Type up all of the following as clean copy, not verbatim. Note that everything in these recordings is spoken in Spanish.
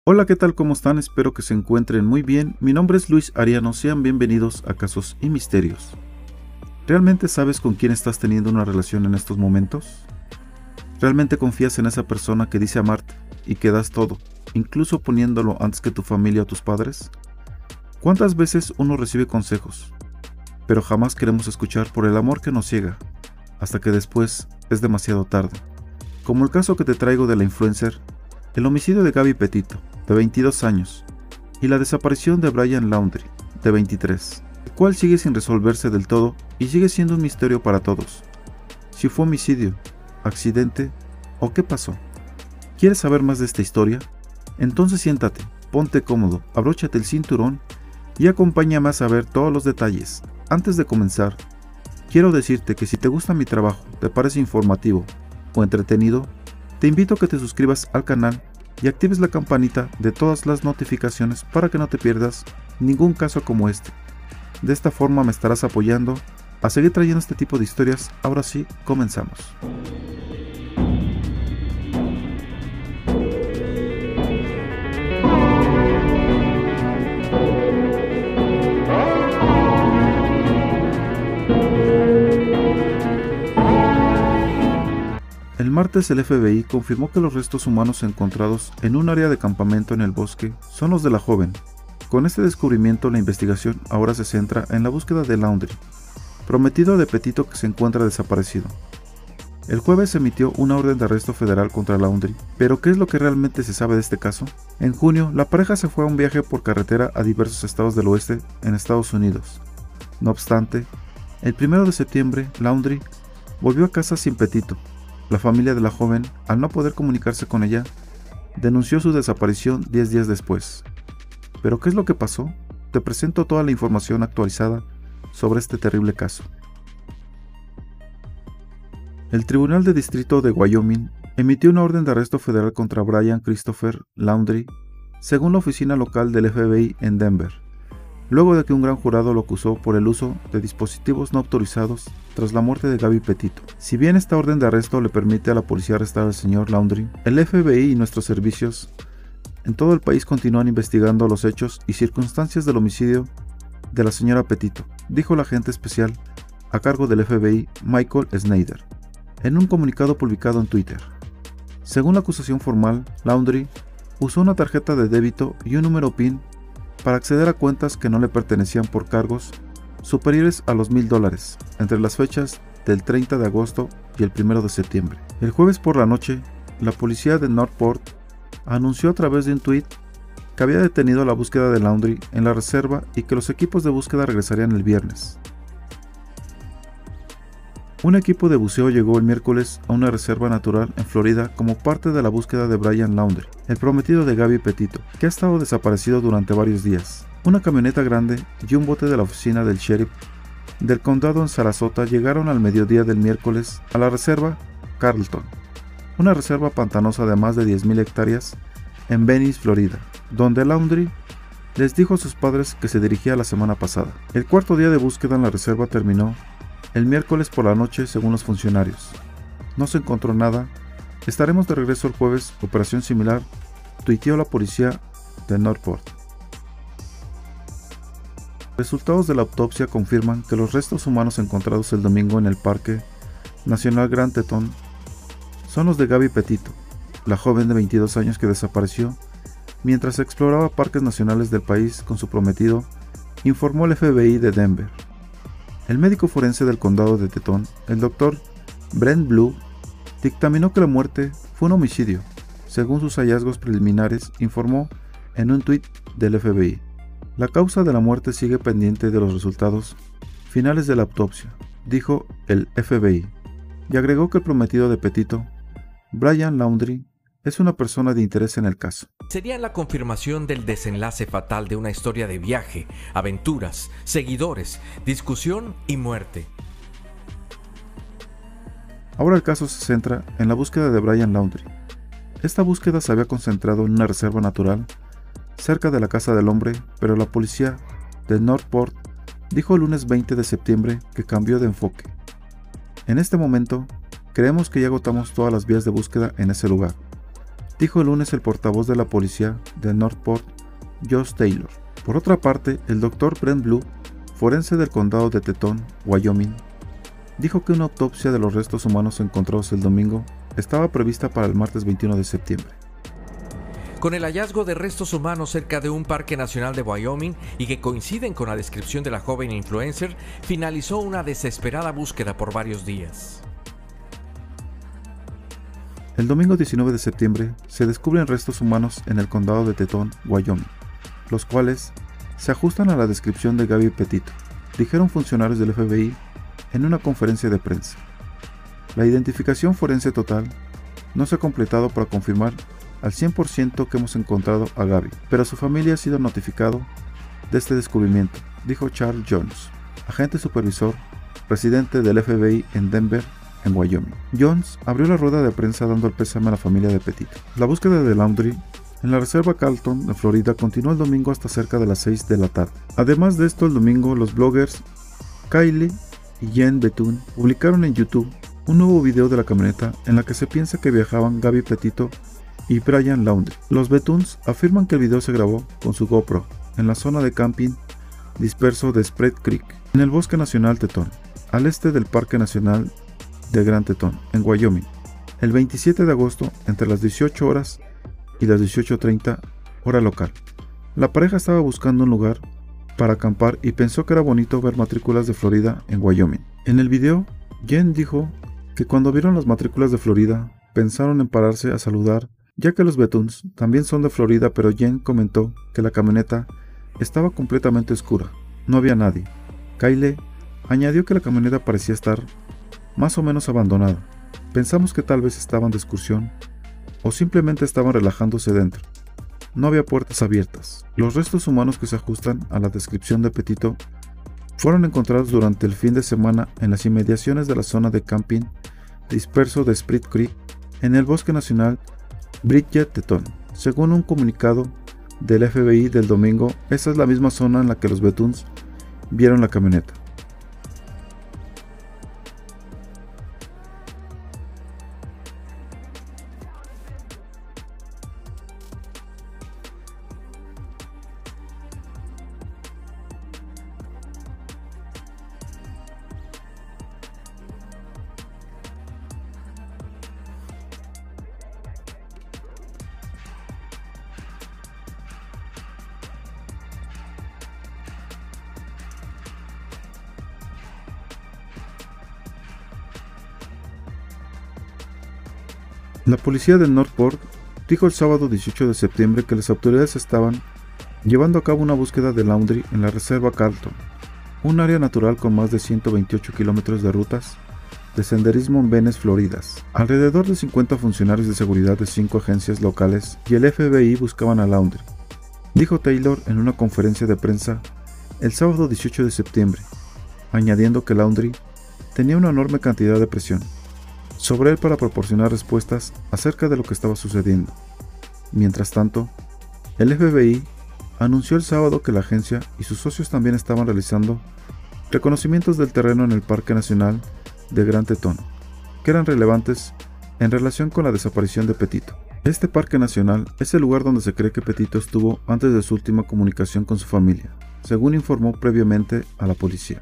Hola, ¿qué tal? ¿Cómo están? Espero que se encuentren muy bien. Mi nombre es Luis Ariano, sean bienvenidos a Casos y Misterios. ¿Realmente sabes con quién estás teniendo una relación en estos momentos? ¿Realmente confías en esa persona que dice amarte y que das todo, incluso poniéndolo antes que tu familia o tus padres? ¿Cuántas veces uno recibe consejos, pero jamás queremos escuchar por el amor que nos ciega, hasta que después es demasiado tarde? Como el caso que te traigo de la influencer, el homicidio de Gabby Petito, de 22 años, y la desaparición de Brian Laundrie, de 23, el cual sigue sin resolverse del todo y sigue siendo un misterio para todos. Si fue homicidio, accidente o qué pasó. ¿Quieres saber más de esta historia? Entonces siéntate, ponte cómodo, abróchate el cinturón y acompáñame a saber todos los detalles. Antes de comenzar, quiero decirte que si te gusta mi trabajo, te parece informativo o entretenido, te invito a que te suscribas al canal y actives la campanita de todas las notificaciones para que no te pierdas ningún caso como este. De esta forma me estarás apoyando a seguir trayendo este tipo de historias. Ahora sí, comenzamos. El martes el FBI confirmó que los restos humanos encontrados en un área de campamento en el bosque son los de la joven. Con este descubrimiento la investigación ahora se centra en la búsqueda de Laundrie, prometido de Petito que se encuentra desaparecido. El jueves se emitió una orden de arresto federal contra Laundrie, pero ¿qué es lo que realmente se sabe de este caso? En junio, la pareja se fue a un viaje por carretera a diversos estados del oeste en Estados Unidos. No obstante, el 1 de septiembre, Laundrie volvió a casa sin Petito. La familia de la joven, al no poder comunicarse con ella, denunció su desaparición 10 días después. ¿Pero qué es lo que pasó? Te presento toda la información actualizada sobre este terrible caso. El Tribunal de Distrito de Wyoming emitió una orden de arresto federal contra Brian Christopher Laundrie, según la oficina local del FBI en Denver, luego de que un gran jurado lo acusó por el uso de dispositivos no autorizados tras la muerte de Gabby Petito. Si bien esta orden de arresto le permite a la policía arrestar al señor Laundrie, el FBI y nuestros servicios en todo el país continúan investigando los hechos y circunstancias del homicidio de la señora Petito, dijo el agente especial a cargo del FBI, Michael Snyder, en un comunicado publicado en Twitter. Según la acusación formal, Laundrie usó una tarjeta de débito y un número PIN para acceder a cuentas que no le pertenecían por cargos superiores a los $1,000 entre las fechas del 30 de agosto y el 1 de septiembre. El jueves por la noche, la policía de Northport anunció a través de un tuit que había detenido la búsqueda de Laundrie en la reserva y que los equipos de búsqueda regresarían el viernes. Un equipo de buceo llegó el miércoles a una reserva natural en Florida como parte de la búsqueda de Brian Laundrie, el prometido de Gabby Petito, que ha estado desaparecido durante varios días. Una camioneta grande y un bote de la oficina del sheriff del condado en Sarasota llegaron al mediodía del miércoles a la reserva Carlton, una reserva pantanosa de más de 10,000 hectáreas en Venice, Florida, donde Laundrie les dijo a sus padres que se dirigía la semana pasada. El cuarto día de búsqueda en la reserva terminó el miércoles por la noche, según los funcionarios. No se encontró nada. Estaremos de regreso el jueves, operación similar, tuiteó la policía de Northport. Resultados de la autopsia confirman que los restos humanos encontrados el domingo en el Parque Nacional Grand Teton son los de Gabby Petito, la joven de 22 años que desapareció mientras exploraba parques nacionales del país con su prometido, informó el FBI de Denver. El médico forense del condado de Teton, el Dr. Brent Blue, dictaminó que la muerte fue un homicidio, según sus hallazgos preliminares, informó en un tuit del FBI. La causa de la muerte sigue pendiente de los resultados finales de la autopsia, dijo el FBI, y agregó que el prometido de Petito, Brian Laundrie, es una persona de interés en el caso. Sería la confirmación del desenlace fatal de una historia de viaje, aventuras, seguidores, discusión y muerte. Ahora el caso se centra en la búsqueda de Brian Laundrie. Esta búsqueda se había concentrado en una reserva natural cerca de la casa del hombre, pero la policía de Northport dijo el lunes 20 de septiembre que cambió de enfoque. En este momento, creemos que ya agotamos todas las vías de búsqueda en ese lugar. dijo el lunes el portavoz de la policía de Northport, Josh Taylor. Por otra parte, el Dr. Brent Blue, forense del condado de Teton, Wyoming, dijo que una autopsia de los restos humanos encontrados el domingo estaba prevista para el martes 21 de septiembre. Con el hallazgo de restos humanos cerca de un parque nacional de Wyoming y que coinciden con la descripción de la joven influencer, finalizó una desesperada búsqueda por varios días. El domingo 19 de septiembre se descubren restos humanos en el condado de Teton, Wyoming, los cuales se ajustan a la descripción de Gabby Petito, dijeron funcionarios del FBI en una conferencia de prensa. La identificación forense total no se ha completado para confirmar al 100% que hemos encontrado a Gabby, pero su familia ha sido notificado de este descubrimiento, dijo Charles Jones, agente supervisor residente del FBI en Denver, en Wyoming. Jones abrió la rueda de prensa dando el pésame a la familia de Petito. La búsqueda de Laundrie en la reserva Carlton de Florida continuó el domingo hasta cerca de las 6 de la tarde. Además de esto, el domingo los bloggers Kylie y Jen Bethune publicaron en YouTube un nuevo video de la camioneta en la que se piensa que viajaban Gabby Petito y Brian Laundrie. Los Bethunes afirman que el video se grabó con su GoPro en la zona de camping disperso de Spread Creek, en el Bosque Nacional Teton, al este del Parque Nacional de Gran Teton, en Wyoming, el 27 de agosto entre las 18 horas y las 18:30 hora local. La pareja estaba buscando un lugar para acampar y pensó que era bonito ver matrículas de Florida en Wyoming. En el video, Jen dijo que cuando vieron las matrículas de Florida pensaron en pararse a saludar, ya que los Bethunes también son de Florida, pero Jen comentó que la camioneta estaba completamente oscura, no había nadie. Kyle añadió que la camioneta parecía estar más o menos abandonada. Pensamos que tal vez estaban de excursión o simplemente estaban relajándose dentro. No había puertas abiertas. Los restos humanos que se ajustan a la descripción de Petito fueron encontrados durante el fin de semana en las inmediaciones de la zona de camping disperso de Spread Creek en el Bosque Nacional Bridget Teton. Según un comunicado del FBI del domingo, esa es la misma zona en la que los Bethunes vieron la camioneta. La policía de Northport dijo el sábado 18 de septiembre que las autoridades estaban llevando a cabo una búsqueda de Laundrie en la reserva Carlton, un área natural con más de 128 kilómetros de rutas de senderismo en Venice, Florida. Alrededor de 50 funcionarios de seguridad de 5 agencias locales y el FBI buscaban a Laundrie, dijo Taylor en una conferencia de prensa el sábado 18 de septiembre, añadiendo que Laundrie tenía una enorme cantidad de presión sobre él para proporcionar respuestas acerca de lo que estaba sucediendo. Mientras tanto, el FBI anunció el sábado que la agencia y sus socios también estaban realizando reconocimientos del terreno en el Parque Nacional de Gran Teton, que eran relevantes en relación con la desaparición de Petito. Este parque nacional es el lugar donde se cree que Petito estuvo antes de su última comunicación con su familia, según informó previamente a la policía.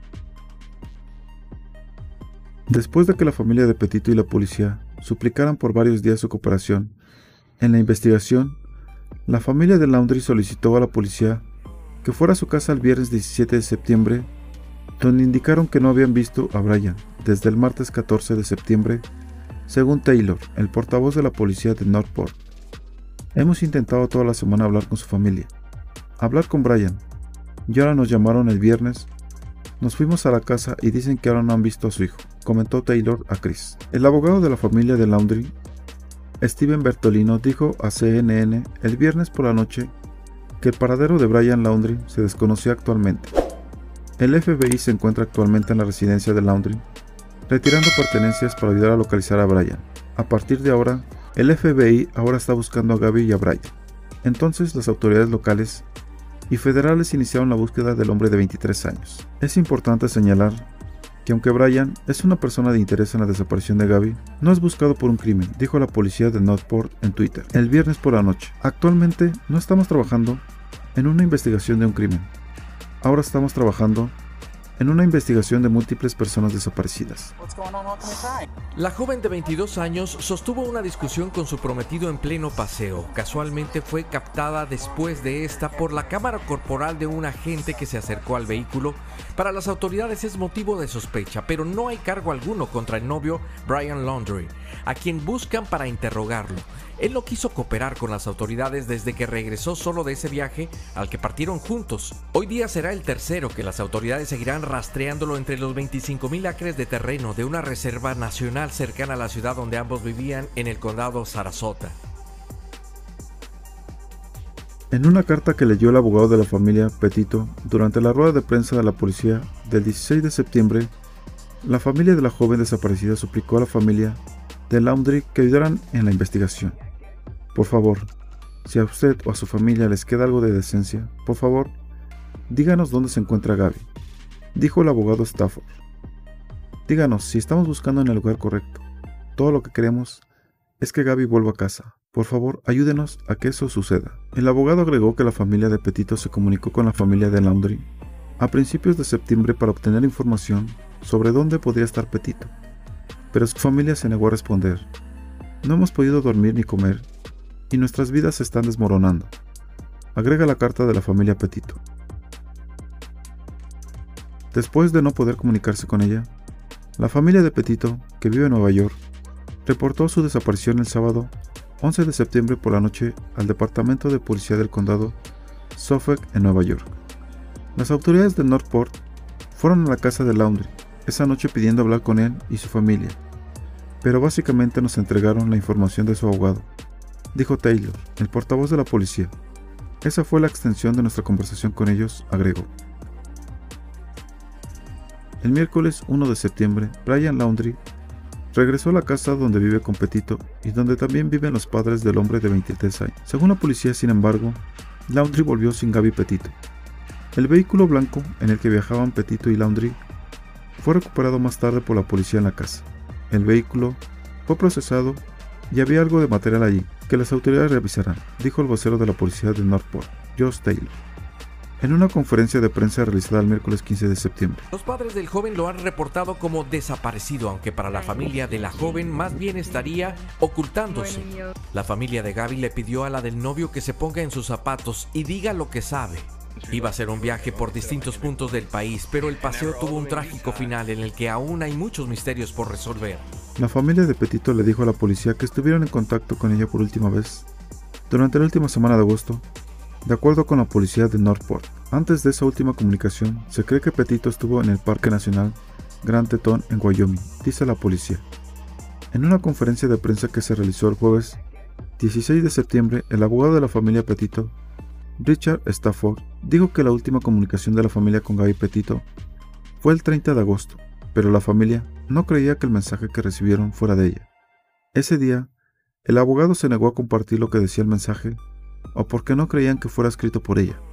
Después de que la familia de Petito y la policía suplicaran por varios días su cooperación en la investigación, la familia de Laundrie solicitó a la policía que fuera a su casa el viernes 17 de septiembre, donde indicaron que no habían visto a Brian desde el martes 14 de septiembre, según Taylor, el portavoz de la policía de Northport. Hemos intentado toda la semana hablar con su familia, hablar con Brian, y ahora nos llamaron el viernes. Nos fuimos a la casa y dicen que ahora no han visto a su hijo, comentó Taylor a Chris. El abogado de la familia de Laundrie, Steven Bertolino, dijo a CNN el viernes por la noche que el paradero de Brian Laundrie se desconocía actualmente. El FBI se encuentra actualmente en la residencia de Laundrie, retirando pertenencias para ayudar a localizar a Brian. A partir de ahora, el FBI ahora está buscando a Gabby y a Brian. Entonces las autoridades locales y federales iniciaron la búsqueda del hombre de 23 años. Es importante señalar que aunque Brian es una persona de interés en la desaparición de Gabby, no es buscado por un crimen, dijo la policía de Northport en Twitter el viernes por la noche. Actualmente no estamos trabajando en una investigación de un crimen. Ahora estamos trabajando en una investigación de múltiples personas desaparecidas. La joven de 22 años sostuvo una discusión con su prometido en pleno paseo. Casualmente fue captada después de esta por la cámara corporal de un agente que se acercó al vehículo. Para las autoridades es motivo de sospecha, pero no hay cargo alguno contra el novio Brian Laundrie, a quien buscan para interrogarlo. Él no quiso cooperar con las autoridades desde que regresó solo de ese viaje al que partieron juntos. Hoy día será el tercero que las autoridades seguirán rastreándolo entre los 25,000 acres de terreno de una reserva nacional cercana a la ciudad donde ambos vivían en el condado Sarasota. En una carta que leyó el abogado de la familia Petito durante la rueda de prensa de la policía del 16 de septiembre, la familia de la joven desaparecida suplicó a la familia de Laundrie que ayudaran en la investigación. Por favor, si a usted o a su familia les queda algo de decencia, por favor, díganos dónde se encuentra Gabby, dijo el abogado Stafford. Díganos si estamos buscando en el lugar correcto. Todo lo que queremos es que Gabby vuelva a casa. Por favor, ayúdenos a que eso suceda. El abogado agregó que la familia de Petito se comunicó con la familia de Laundrie a principios de septiembre para obtener información sobre dónde podría estar Petito, pero su familia se negó a responder. No hemos podido dormir ni comer, y nuestras vidas se están desmoronando, agrega la carta de la familia Petito. Después de no poder comunicarse con ella, la familia de Petito, que vive en Nueva York, reportó su desaparición el sábado 11 de septiembre por la noche al Departamento de Policía del Condado Suffolk en Nueva York. Las autoridades de Northport fueron a la casa de Laundrie esa noche pidiendo hablar con él y su familia, pero básicamente nos entregaron la información de su abogado, dijo Taylor, el portavoz de la policía. Esa fue la extensión de nuestra conversación con ellos, agregó. El miércoles 1 de septiembre, Brian Laundrie regresó a la casa donde vive con Petito y donde también viven los padres del hombre de 23 años. Según la policía, sin embargo, Laundrie volvió sin Gabby Petito. El vehículo blanco en el que viajaban Petito y Laundrie fue recuperado más tarde por la policía en la casa. El vehículo fue procesado y había algo de material allí que las autoridades revisarán, dijo el vocero de la policía de Northport, Josh Taylor, en una conferencia de prensa realizada el miércoles 15 de septiembre. Los padres del joven lo han reportado como desaparecido, aunque para la familia de la joven más bien estaría ocultándose. La familia de Gabby le pidió a la del novio que se ponga en sus zapatos y diga lo que sabe. Iba a ser un viaje por distintos puntos del país, pero el paseo tuvo un trágico final en el que aún hay muchos misterios por resolver. La familia de Petito le dijo a la policía que estuvieron en contacto con ella por última vez durante la última semana de agosto, de acuerdo con la policía de Northport. Antes de esa última comunicación, se cree que Petito estuvo en el Parque Nacional Grand Teton en Wyoming, dice la policía. En una conferencia de prensa que se realizó el jueves 16 de septiembre, el abogado de la familia Petito, Richard Stafford, dijo que la última comunicación de la familia con Gabby Petito fue el 30 de agosto, pero la familia no creía que el mensaje que recibieron fuera de ella. Ese día, el abogado se negó a compartir lo que decía el mensaje, o porque no creían que fuera escrito por ella.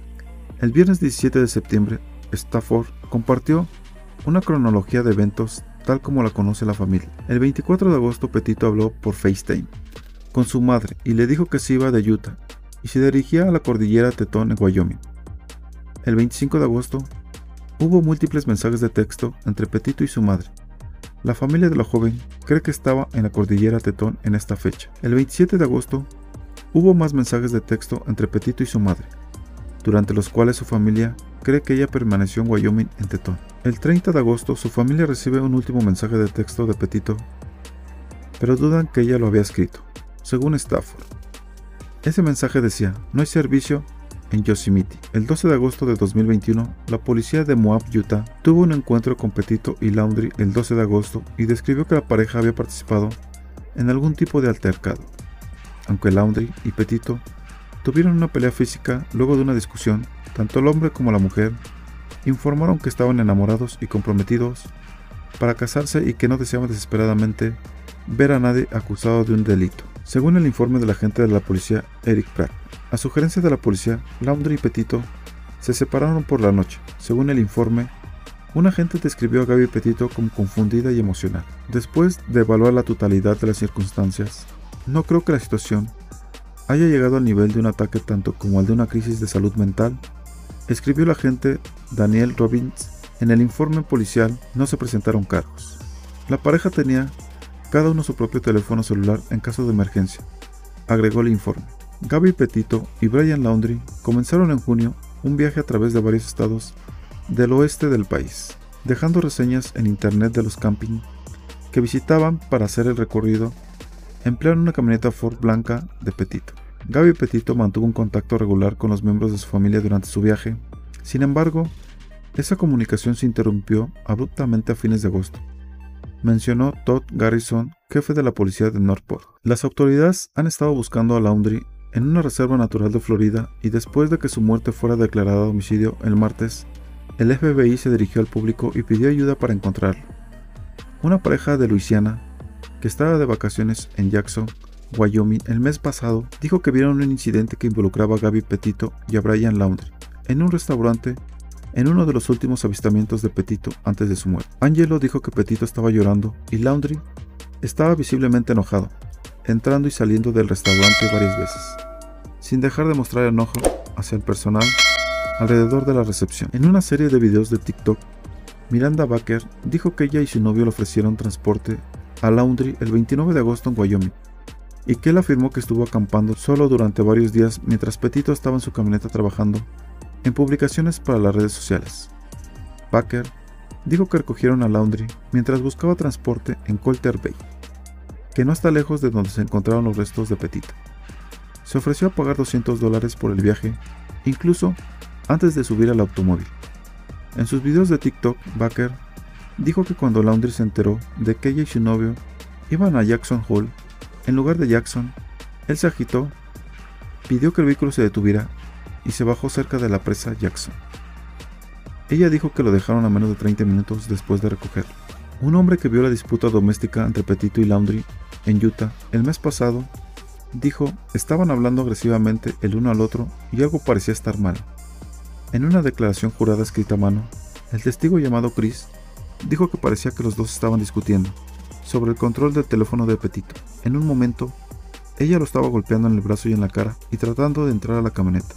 El viernes 17 de septiembre, Stafford compartió una cronología de eventos tal como la conoce la familia. El 24 de agosto, Petito habló por FaceTime con su madre y le dijo que se iba de Utah y se dirigía a la cordillera Teton en Wyoming. El 25 de agosto, hubo múltiples mensajes de texto entre Petito y su madre. La familia de la joven cree que estaba en la cordillera Teton en esta fecha. El 27 de agosto, hubo más mensajes de texto entre Petito y su madre, durante los cuales su familia cree que ella permaneció en Wyoming en Teton. El 30 de agosto, su familia recibe un último mensaje de texto de Petito, pero dudan que ella lo había escrito, según Stafford. Ese mensaje decía: no hay servicio en Yosemite. El 12 de agosto de 2021, la policía de Moab, Utah, tuvo un encuentro con Petito y Laundrie el 12 de agosto y describió que la pareja había participado en algún tipo de altercado. Aunque Laundrie y Petito tuvieron una pelea física luego de una discusión, tanto el hombre como la mujer informaron que estaban enamorados y comprometidos para casarse y que no deseaban desesperadamente ver a nadie acusado de un delito. Según el informe del agente de la policía Eric Pratt, a sugerencia de la policía, Laundrie y Petito se separaron por la noche. Según el informe, Un agente describió a Gabby Petito como confundida y emocional. Después de evaluar la totalidad de las circunstancias, no creo que la situación haya llegado al nivel de un ataque tanto como al de una crisis de salud mental, escribió el agente Daniel Robbins. En el informe policial no se presentaron cargos. La pareja tenía cada uno su propio teléfono celular en caso de emergencia, agregó el informe. Gabby Petito y Brian Laundrie comenzaron en junio un viaje a través de varios estados del oeste del país, dejando reseñas en internet de los campings que visitaban. Para hacer el recorrido, emplearon una camioneta Ford blanca de Petito. Gabby Petito mantuvo un contacto regular con los miembros de su familia durante su viaje. Sin embargo, esa comunicación se interrumpió abruptamente a fines de agosto, mencionó Todd Garrison, jefe de la policía de Northport. Las autoridades han estado buscando a Laundrie en una reserva natural de Florida y después de que su muerte fuera declarada homicidio el martes, el FBI se dirigió al público y pidió ayuda para encontrarlo. Una pareja de Luisiana, que estaba de vacaciones en Jackson, Wyoming, el mes pasado, dijo que vieron un incidente que involucraba a Gabby Petito y a Brian Laundrie en un restaurante en uno de los últimos avistamientos de Petito antes de su muerte. Angelo dijo que Petito estaba llorando y Laundrie estaba visiblemente enojado, entrando y saliendo del restaurante varias veces, sin dejar de mostrar enojo hacia el personal alrededor de la recepción. En una serie de videos de TikTok, Miranda Baker dijo que ella y su novio le ofrecieron transporte a Laundrie el 29 de agosto en Wyoming, y que él afirmó que estuvo acampando solo durante varios días mientras Petito estaba en su camioneta trabajando en publicaciones para las redes sociales. Baker dijo que recogieron a Laundrie mientras buscaba transporte en Colter Bay, que no está lejos de donde se encontraron los restos de Petito. Se ofreció a pagar $200 por el viaje, incluso antes de subir al automóvil. En sus videos de TikTok, Baker dijo que cuando Laundrie se enteró de que ella y su novio iban a Jackson Hole, en lugar de Jackson, él se agitó, pidió que el vehículo se detuviera y se bajó cerca de la presa Jackson. Ella dijo que lo dejaron a menos de 30 minutos después de recogerlo. Un hombre que vio la disputa doméstica entre Petito y Laundrie en Utah el mes pasado dijo estaban hablando agresivamente el uno al otro y algo parecía estar mal. En una declaración jurada escrita a mano, el testigo llamado Chris dijo que parecía que los dos estaban discutiendo sobre el control del teléfono de Petito. En un momento, ella lo estaba golpeando en el brazo y en la cara y tratando de entrar a la camioneta.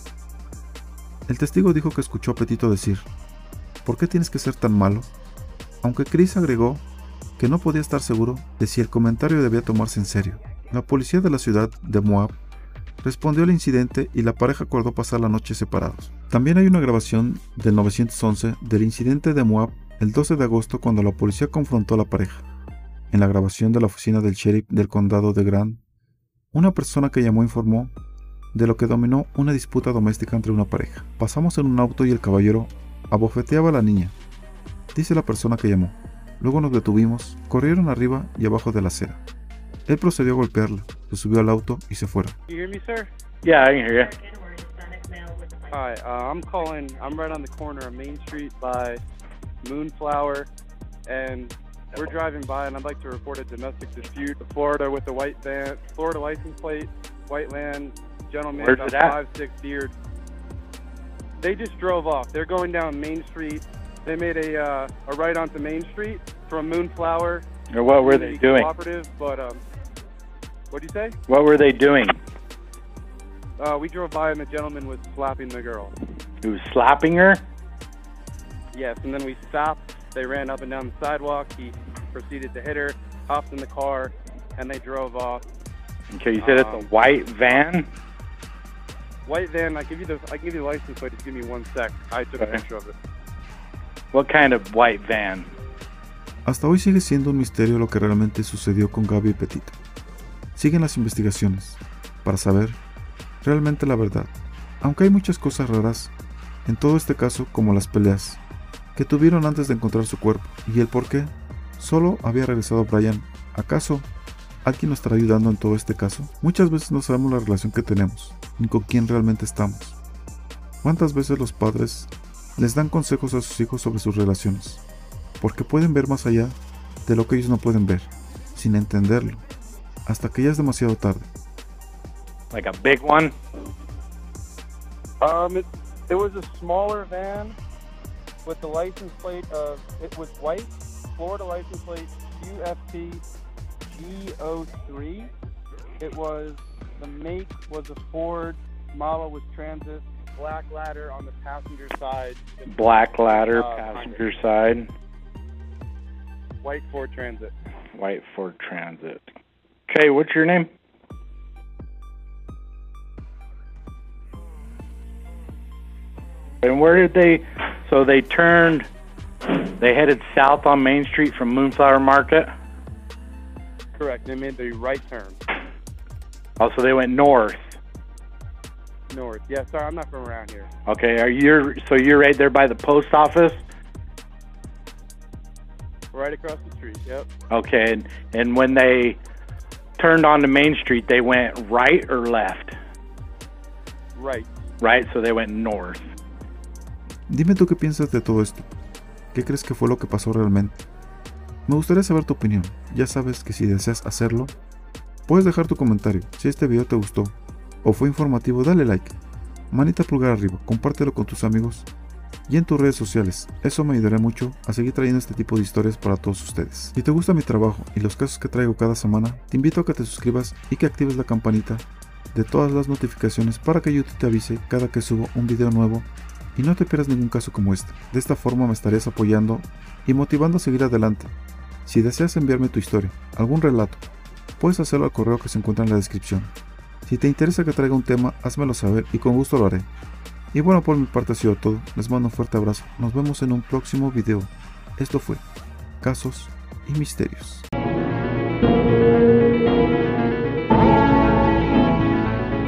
El testigo dijo que escuchó a Petito decir, ¿por qué tienes que ser tan malo? Aunque Chris agregó que no podía estar seguro de si el comentario debía tomarse en serio. La policía de la ciudad de Moab respondió al incidente y la pareja acordó pasar la noche separados. También hay una grabación del 911 del incidente de Moab el 12 de agosto cuando la policía confrontó a la pareja. En la grabación de la oficina del sheriff del condado de Grant, una persona que llamó informó de lo que dominó una disputa doméstica entre una pareja. Pasamos en un auto y el caballero abofeteaba a la niña, dice la persona que llamó. Luego nos detuvimos, corrieron arriba y abajo de la acera. Él procedió a golpearla, se subió al auto y se fueron. You hear me, sir? Yeah, I can hear you. Hi, I'm calling. I'm right on the corner of Main Street by Moonflower, and we're driving by, and I'd like to report a domestic dispute. Florida with a white van, Florida license plate, white land, gentleman, Where's about it at? 5'6" beard. They just drove off. They're going down Main Street. They made a right onto Main Street from Moonflower. Or what were they doing? Cooperative, but what'd you say? What were they doing? We drove by, and the gentleman was slapping the girl. He was slapping her? Yes, and then we stopped. They ran up and down the sidewalk. He proceeded to hit her, hopped in the car, and they drove off. Okay, you said it's a white van? White van. I can give you the license plate. Just give me 1 sec. I took a picture of it. What kind of white van? Hasta hoy sigue siendo un misterio lo que realmente sucedió con Gabby Petito. Siguen las investigaciones para saber realmente la verdad, aunque hay muchas cosas raras en todo este caso, como las peleas que tuvieron antes de encontrar su cuerpo y el por qué solo había regresado Brian. ¿Acaso alguien nos estará ayudando en todo este caso? Muchas veces no sabemos la relación que tenemos ni con quién realmente estamos. ¿Cuántas veces los padres les dan consejos a sus hijos sobre sus relaciones? Porque pueden ver más allá de lo que ellos no pueden ver, sin entenderlo, hasta que ya es demasiado tarde. Like a big one? It was a smaller van with the license plate of, it was white, Florida license plate QFP G03. It was, the make was a Ford, model was Transit, black ladder on the passenger side. Black ladder, passenger side. White Ford Transit. White Ford Transit. Okay, what's your name? And where did they, so they turned, they headed south on Main Street from Moonflower Market? Correct, they made the right turn. Oh, so they went north. North. Yeah, sorry, I'm not from around here. Okay, so you're right there by the post office? Right across the street, yep. Okay, and when they turned onto Main Street, they went right or left? Right. Right, so they went north. Dime tú qué piensas de todo esto. ¿Qué crees que fue lo que pasó realmente? Me gustaría saber tu opinión. Ya sabes que si deseas hacerlo, puedes dejar tu comentario. Si este video te gustó o fue informativo, dale like, manita pulgar arriba, compártelo con tus amigos y en tus redes sociales. Eso me ayudará mucho a seguir trayendo este tipo de historias para todos ustedes. Si te gusta mi trabajo y los casos que traigo cada semana, te invito a que te suscribas y que actives la campanita de todas las notificaciones para que YouTube te avise cada que subo un video nuevo y no te pierdas ningún caso como este. De esta forma me estarías apoyando y motivando a seguir adelante. Si deseas enviarme tu historia, algún relato, puedes hacerlo al correo que se encuentra en la descripción. Si te interesa que traiga un tema, házmelo saber y con gusto lo haré. Y bueno, por mi parte ha sido todo. Les mando un fuerte abrazo. Nos vemos en un próximo video. Esto fue Casos y Misterios.